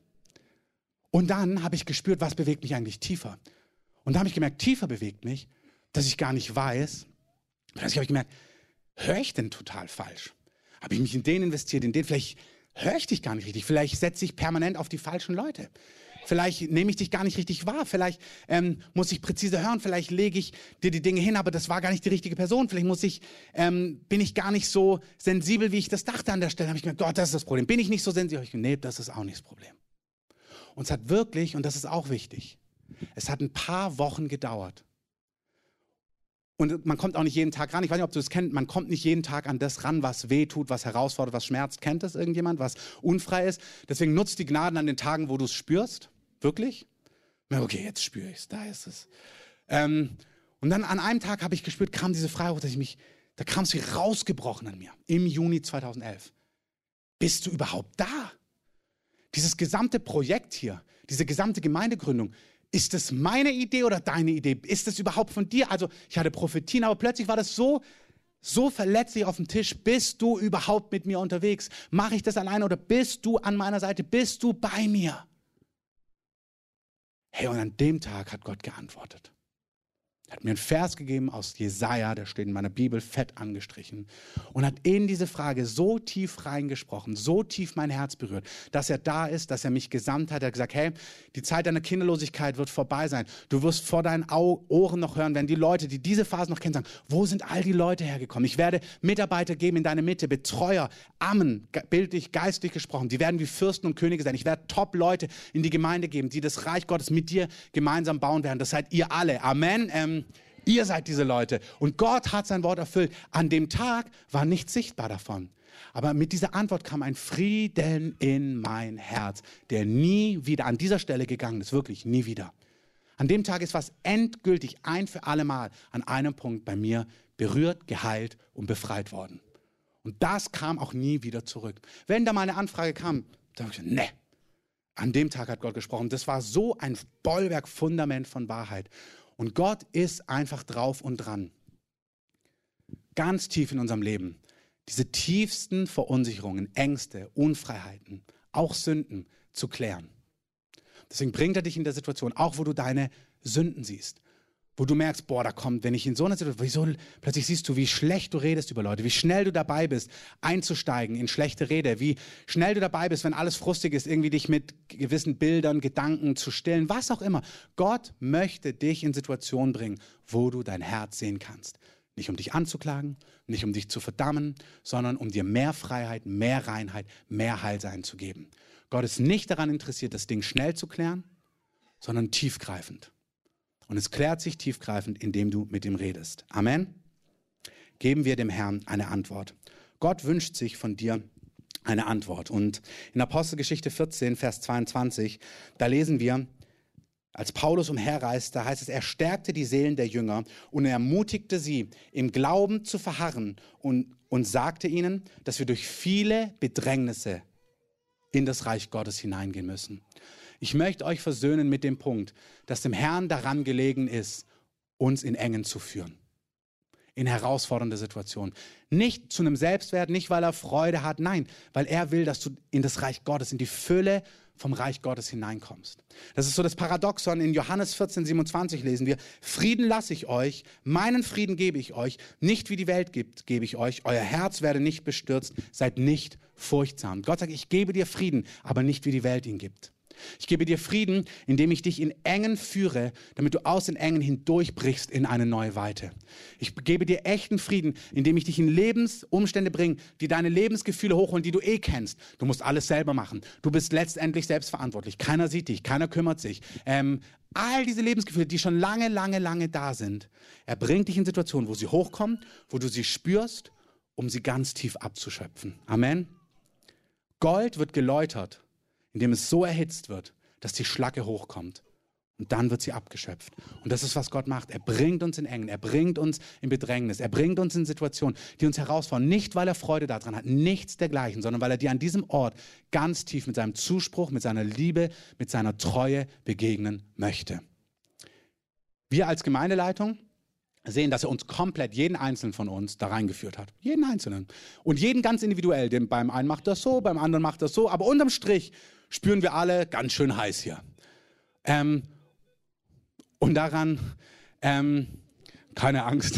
Und dann habe ich gespürt, was bewegt mich eigentlich tiefer. Und da habe ich gemerkt, tiefer bewegt mich, dass ich gar nicht weiß. Plötzlich habe ich gemerkt, höre ich denn total falsch? Habe ich mich in den investiert, in den? Vielleicht höre ich dich gar nicht richtig. Vielleicht setze ich permanent auf die falschen Leute. Vielleicht nehme ich dich gar nicht richtig wahr. Vielleicht muss ich präzise hören. Vielleicht lege ich dir die Dinge hin, aber das war gar nicht die richtige Person. Vielleicht bin ich gar nicht so sensibel, wie ich das dachte an der Stelle. Habe ich gemerkt, Gott, das ist das Problem. Bin ich nicht so sensibel? Habe ich gedacht, nee, das ist auch nicht das Problem. Und es hat wirklich, und das ist auch wichtig, es hat ein paar Wochen gedauert. Und man kommt auch nicht jeden Tag ran. Ich weiß nicht, ob du das kennst. Man kommt nicht jeden Tag an das ran, was weh tut, was herausfordert, was schmerzt. Kennt das irgendjemand, was unfrei ist? Deswegen nutzt die Gnaden an den Tagen, wo du es spürst. Wirklich? Okay, jetzt spüre ich es. Da ist es. Und dann an einem Tag habe ich gespürt, kam diese Frage hoch, da kam es wie rausgebrochen an mir. Im Juni 2011. Bist du überhaupt da? Dieses gesamte Projekt hier, diese gesamte Gemeindegründung, ist das meine Idee oder deine Idee? Ist das überhaupt von dir? Also ich hatte Prophetien, aber plötzlich war das so verletzlich auf dem Tisch. Bist du überhaupt mit mir unterwegs? Mache ich das alleine oder bist du an meiner Seite? Bist du bei mir? Hey, und an dem Tag hat Gott geantwortet. Er hat mir einen Vers gegeben aus Jesaja, der steht in meiner Bibel, fett angestrichen, und hat in diese Frage so tief reingesprochen, so tief mein Herz berührt, dass er da ist, dass er mich gesandt hat. Er hat gesagt, hey, die Zeit deiner Kinderlosigkeit wird vorbei sein. Du wirst vor deinen Ohren noch hören, wenn die Leute, die diese Phase noch kennen, sagen, wo sind all die Leute hergekommen? Ich werde Mitarbeiter geben in deine Mitte, Betreuer, Ammen, bildlich, geistlich gesprochen. Die werden wie Fürsten und Könige sein. Ich werde Top-Leute in die Gemeinde geben, die das Reich Gottes mit dir gemeinsam bauen werden. Das seid ihr alle. Amen. Ihr seid diese Leute. Und Gott hat sein Wort erfüllt. An dem Tag war nichts sichtbar davon. Aber mit dieser Antwort kam ein Frieden in mein Herz, der nie wieder an dieser Stelle gegangen ist. Wirklich nie wieder. An dem Tag ist was endgültig ein für alle Mal an einem Punkt bei mir berührt, geheilt und befreit worden. Und das kam auch nie wieder zurück. Wenn da mal eine Anfrage kam, dann habe ich gesagt, nee. An dem Tag hat Gott gesprochen. Das war so ein Bollwerk, Fundament von Wahrheit. Und Gott ist einfach drauf und dran. Ganz tief in unserem Leben. Diese tiefsten Verunsicherungen, Ängste, Unfreiheiten, auch Sünden zu klären. Deswegen bringt er dich in der Situation, auch wo du deine Sünden siehst. Wo du merkst, boah, da kommt, wenn ich in so einer Situation, plötzlich siehst du, wie schlecht du redest über Leute, wie schnell du dabei bist, einzusteigen in schlechte Rede, wie schnell du dabei bist, wenn alles frustig ist, irgendwie dich mit gewissen Bildern, Gedanken zu stillen, was auch immer. Gott möchte dich in Situationen bringen, wo du dein Herz sehen kannst. Nicht um dich anzuklagen, nicht um dich zu verdammen, sondern um dir mehr Freiheit, mehr Reinheit, mehr Heilsein zu geben. Gott ist nicht daran interessiert, das Ding schnell zu klären, sondern tiefgreifend. Und es klärt sich tiefgreifend, indem du mit ihm redest. Amen. Geben wir dem Herrn eine Antwort. Gott wünscht sich von dir eine Antwort. Und in Apostelgeschichte 14, Vers 22, da lesen wir, als Paulus umherreiste, da heißt es, er stärkte die Seelen der Jünger und er ermutigte sie, im Glauben zu verharren und sagte ihnen, dass wir durch viele Bedrängnisse in das Reich Gottes hineingehen müssen. Ich möchte euch versöhnen mit dem Punkt, dass dem Herrn daran gelegen ist, uns in Engen zu führen. in herausfordernde Situationen. Nicht zu einem Selbstwert, nicht weil er Freude hat, nein, weil er will, dass du in das Reich Gottes, in die Fülle vom Reich Gottes hineinkommst. Das ist so das Paradoxon. In Johannes 14,27 lesen wir: Frieden lasse ich euch, meinen Frieden gebe ich euch, nicht wie die Welt gibt, gebe ich euch. Euer Herz werde nicht bestürzt, seid nicht furchtsam. Gott sagt, ich gebe dir Frieden, aber nicht wie die Welt ihn gibt. Ich gebe dir Frieden, indem ich dich in Engen führe, damit du aus den Engen hindurchbrichst in eine neue Weite. Ich gebe dir echten Frieden, indem ich dich in Lebensumstände bringe, die deine Lebensgefühle hochholen, die du kennst. Du musst alles selber machen. Du bist letztendlich selbstverantwortlich. Keiner sieht dich, keiner kümmert sich. All diese Lebensgefühle, die schon lange, lange, lange da sind, er bringt dich in Situationen, wo sie hochkommen, wo du sie spürst, um sie ganz tief abzuschöpfen. Amen. Gold wird geläutert, indem es so erhitzt wird, dass die Schlacke hochkommt. Und dann wird sie abgeschöpft. Und das ist, was Gott macht. Er bringt uns in Engen, er bringt uns in Bedrängnis, er bringt uns in Situationen, die uns herausfordern. Nicht, weil er Freude daran hat, nichts dergleichen, sondern weil er dir an diesem Ort ganz tief mit seinem Zuspruch, mit seiner Liebe, mit seiner Treue begegnen möchte. Wir als Gemeindeleitung sehen, dass er uns komplett, jeden Einzelnen von uns, da reingeführt hat. Jeden Einzelnen. Und jeden ganz individuell. Beim einen macht das so, beim anderen macht das so. Aber unterm Strich spüren wir alle ganz schön heiß hier. Und daran, keine Angst.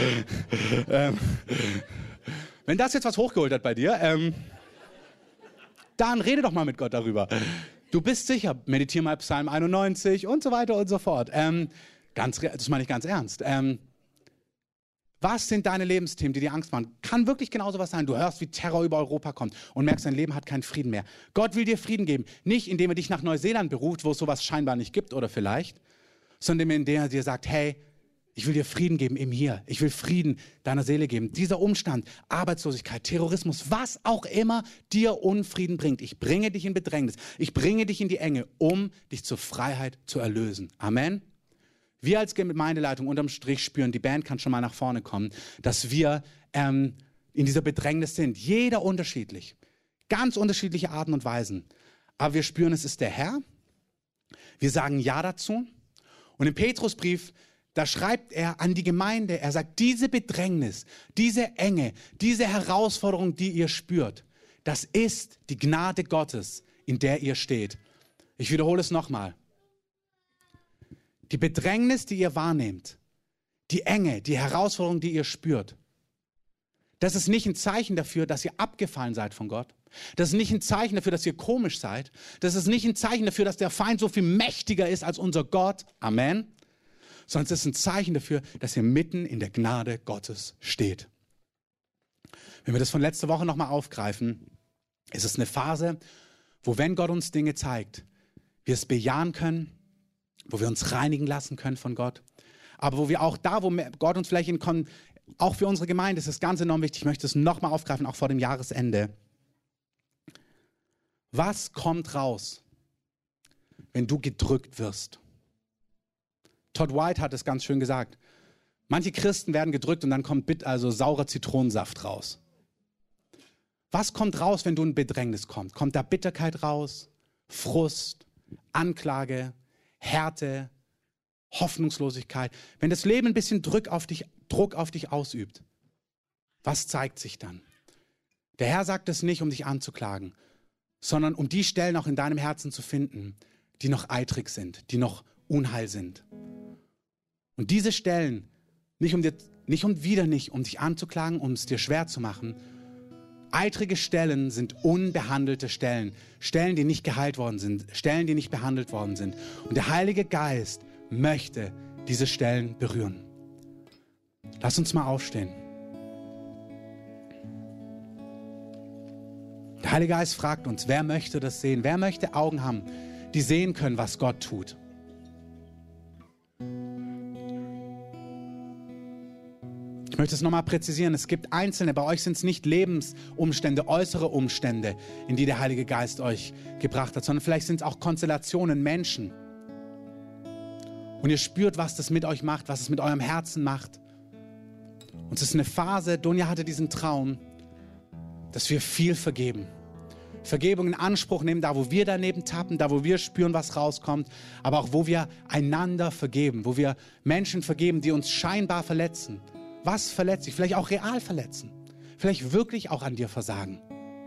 Wenn das jetzt was hochgeholt hat bei dir, dann rede doch mal mit Gott darüber. Du bist sicher, meditiere mal Psalm 91 und so weiter und so fort. Das meine ich ganz ernst. Was sind deine Lebensthemen, die dir Angst machen? Kann wirklich genauso was sein. Du hörst, wie Terror über Europa kommt und merkst, dein Leben hat keinen Frieden mehr. Gott will dir Frieden geben. Nicht, indem er dich nach Neuseeland beruft, wo es sowas scheinbar nicht gibt oder vielleicht, sondern indem er dir sagt, hey, ich will dir Frieden geben im Hier. Ich will Frieden deiner Seele geben. Dieser Umstand, Arbeitslosigkeit, Terrorismus, was auch immer dir Unfrieden bringt. Ich bringe dich in Bedrängnis. Ich bringe dich in die Enge, um dich zur Freiheit zu erlösen. Amen. Wir als Gemeindeleitung unterm Strich spüren, die Band kann schon mal nach vorne kommen, dass wir in dieser Bedrängnis sind. Jeder unterschiedlich. Ganz unterschiedliche Arten und Weisen. Aber wir spüren, es ist der Herr. Wir sagen Ja dazu. Und im Petrusbrief, da schreibt er an die Gemeinde, er sagt, diese Bedrängnis, diese Enge, diese Herausforderung, die ihr spürt, das ist die Gnade Gottes, in der ihr steht. Ich wiederhole es nochmal. Die Bedrängnis, die ihr wahrnehmt, die Enge, die Herausforderung, die ihr spürt, das ist nicht ein Zeichen dafür, dass ihr abgefallen seid von Gott. Das ist nicht ein Zeichen dafür, dass ihr komisch seid. Das ist nicht ein Zeichen dafür, dass der Feind so viel mächtiger ist als unser Gott. Amen. Sondern es ist ein Zeichen dafür, dass ihr mitten in der Gnade Gottes steht. Wenn wir das von letzter Woche nochmal aufgreifen, ist es eine Phase, wo, wenn Gott uns Dinge zeigt, wir es bejahen können, wo wir uns reinigen lassen können von Gott, aber wo wir auch da, wo Gott uns vielleicht auch für unsere Gemeinde ist es ganz enorm wichtig, ich möchte es nochmal aufgreifen, auch vor dem Jahresende. Was kommt raus, wenn du gedrückt wirst? Todd White hat es ganz schön gesagt. Manche Christen werden gedrückt und dann kommt saurer Zitronensaft raus. Was kommt raus, wenn du in Bedrängnis kommst? Kommt da Bitterkeit raus, Frust, Anklage, Härte, Hoffnungslosigkeit? Wenn das Leben ein bisschen Druck auf dich ausübt, was zeigt sich dann? Der Herr sagt es nicht, um dich anzuklagen, sondern um die Stellen auch in deinem Herzen zu finden, die noch eitrig sind, die noch Unheil sind. Und diese Stellen, nicht um dich anzuklagen, um es dir schwer zu machen. Eitrige Stellen sind unbehandelte Stellen. Stellen, die nicht geheilt worden sind. Stellen, die nicht behandelt worden sind. Und der Heilige Geist möchte diese Stellen berühren. Lass uns mal aufstehen. Der Heilige Geist fragt uns, wer möchte das sehen? Wer möchte Augen haben, die sehen können, was Gott tut? Ich möchte es nochmal präzisieren. Es gibt Einzelne, bei euch sind es nicht Lebensumstände, äußere Umstände, in die der Heilige Geist euch gebracht hat, sondern vielleicht sind es auch Konstellationen, Menschen. Und ihr spürt, was das mit euch macht, was es mit eurem Herzen macht. Und es ist eine Phase, Donja hatte diesen Traum, dass wir viel vergeben. Vergebung in Anspruch nehmen, da wo wir daneben tappen, da wo wir spüren, was rauskommt, aber auch wo wir einander vergeben, wo wir Menschen vergeben, die uns scheinbar verletzen, Was verletzt dich? Vielleicht auch real verletzen. Vielleicht wirklich auch an dir versagen.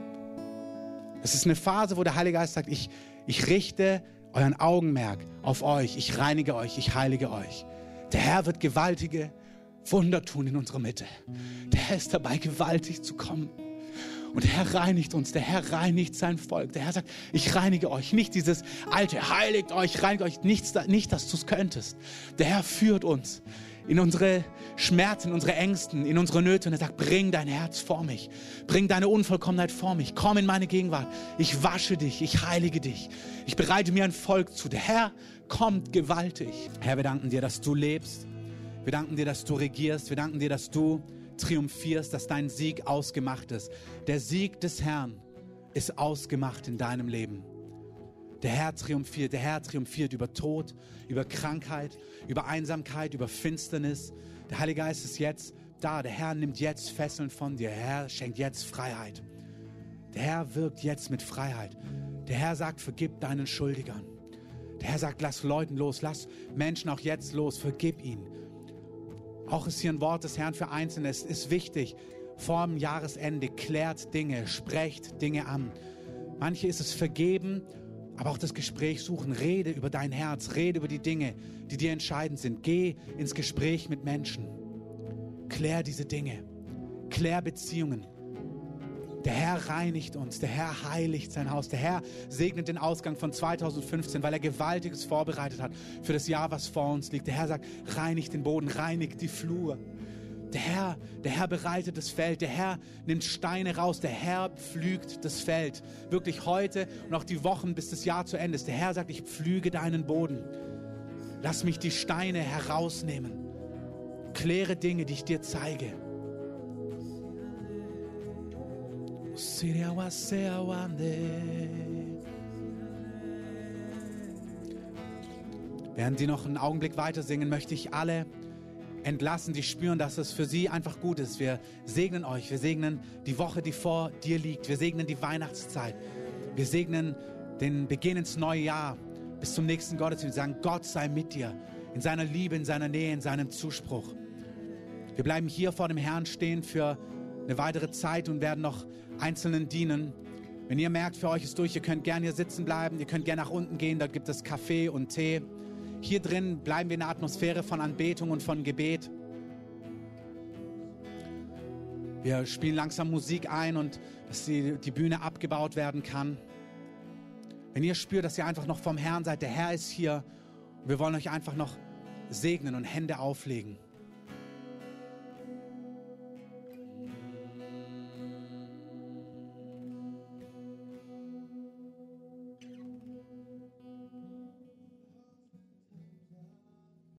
Es ist eine Phase, wo der Heilige Geist sagt, ich richte euren Augenmerk auf euch. Ich reinige euch, ich heilige euch. Der Herr wird gewaltige Wunder tun in unserer Mitte. Der Herr ist dabei, gewaltig zu kommen. Und der Herr reinigt uns, der Herr reinigt sein Volk. Der Herr sagt, ich reinige euch. Nicht dieses alte, heiligt euch, reinigt euch. Nicht, dass du es könntest. Der Herr führt uns in unsere Schmerzen, in unsere Ängsten, in unsere Nöte. Und er sagt, bring dein Herz vor mich. Bring deine Unvollkommenheit vor mich. Komm in meine Gegenwart. Ich wasche dich, ich heilige dich. Ich bereite mir ein Volk zu. Der Herr kommt gewaltig. Herr, wir danken dir, dass du lebst. Wir danken dir, dass du regierst. Wir danken dir, dass du triumphierst, dass dein Sieg ausgemacht ist. Der Sieg des Herrn ist ausgemacht in deinem Leben. Der Herr triumphiert über Tod, über Krankheit, über Einsamkeit, über Finsternis. Der Heilige Geist ist jetzt da. Der Herr nimmt jetzt Fesseln von dir. Der Herr schenkt jetzt Freiheit. Der Herr wirkt jetzt mit Freiheit. Der Herr sagt, vergib deinen Schuldigern. Der Herr sagt, lass Leuten los, lass Menschen auch jetzt los, vergib ihnen. Auch ist hier ein Wort des Herrn für Einzelne. Es ist wichtig, vor dem Jahresende klärt Dinge, sprecht Dinge an. Manche ist es vergeben, aber auch das Gespräch suchen. Rede über dein Herz, rede über die Dinge, die dir entscheidend sind. Geh ins Gespräch mit Menschen. Klär diese Dinge. Klär Beziehungen. Der Herr reinigt uns, der Herr heiligt sein Haus, der Herr segnet den Ausgang von 2015, weil er Gewaltiges vorbereitet hat für das Jahr, was vor uns liegt. Der Herr sagt, reinigt den Boden, reinigt die Flur. Der Herr bereitet das Feld, der Herr nimmt Steine raus, der Herr pflügt das Feld. Wirklich heute und auch die Wochen, bis das Jahr zu Ende ist. Der Herr sagt, ich pflüge deinen Boden. Lass mich die Steine herausnehmen. Kläre Dinge, die ich dir zeige. Während sie noch einen Augenblick weiter singen, möchte ich alle entlassen, die spüren, dass es für sie einfach gut ist. Wir segnen euch, wir segnen die Woche, die vor dir liegt. Wir segnen die Weihnachtszeit. Wir segnen den Beginn ins neue Jahr bis zum nächsten Gottesdienst. Wir sagen, Gott sei mit dir, in seiner Liebe, in seiner Nähe, in seinem Zuspruch. Wir bleiben hier vor dem Herrn stehen für eine weitere Zeit und werden noch Einzelnen dienen. Wenn ihr merkt, für euch ist durch, ihr könnt gerne hier sitzen bleiben, ihr könnt gerne nach unten gehen, dort gibt es Kaffee und Tee. Hier drin bleiben wir in der Atmosphäre von Anbetung und von Gebet. Wir spielen langsam Musik ein und dass die Bühne abgebaut werden kann. Wenn ihr spürt, dass ihr einfach noch vom Herrn seid, der Herr ist hier. Wir wollen euch einfach noch segnen und Hände auflegen.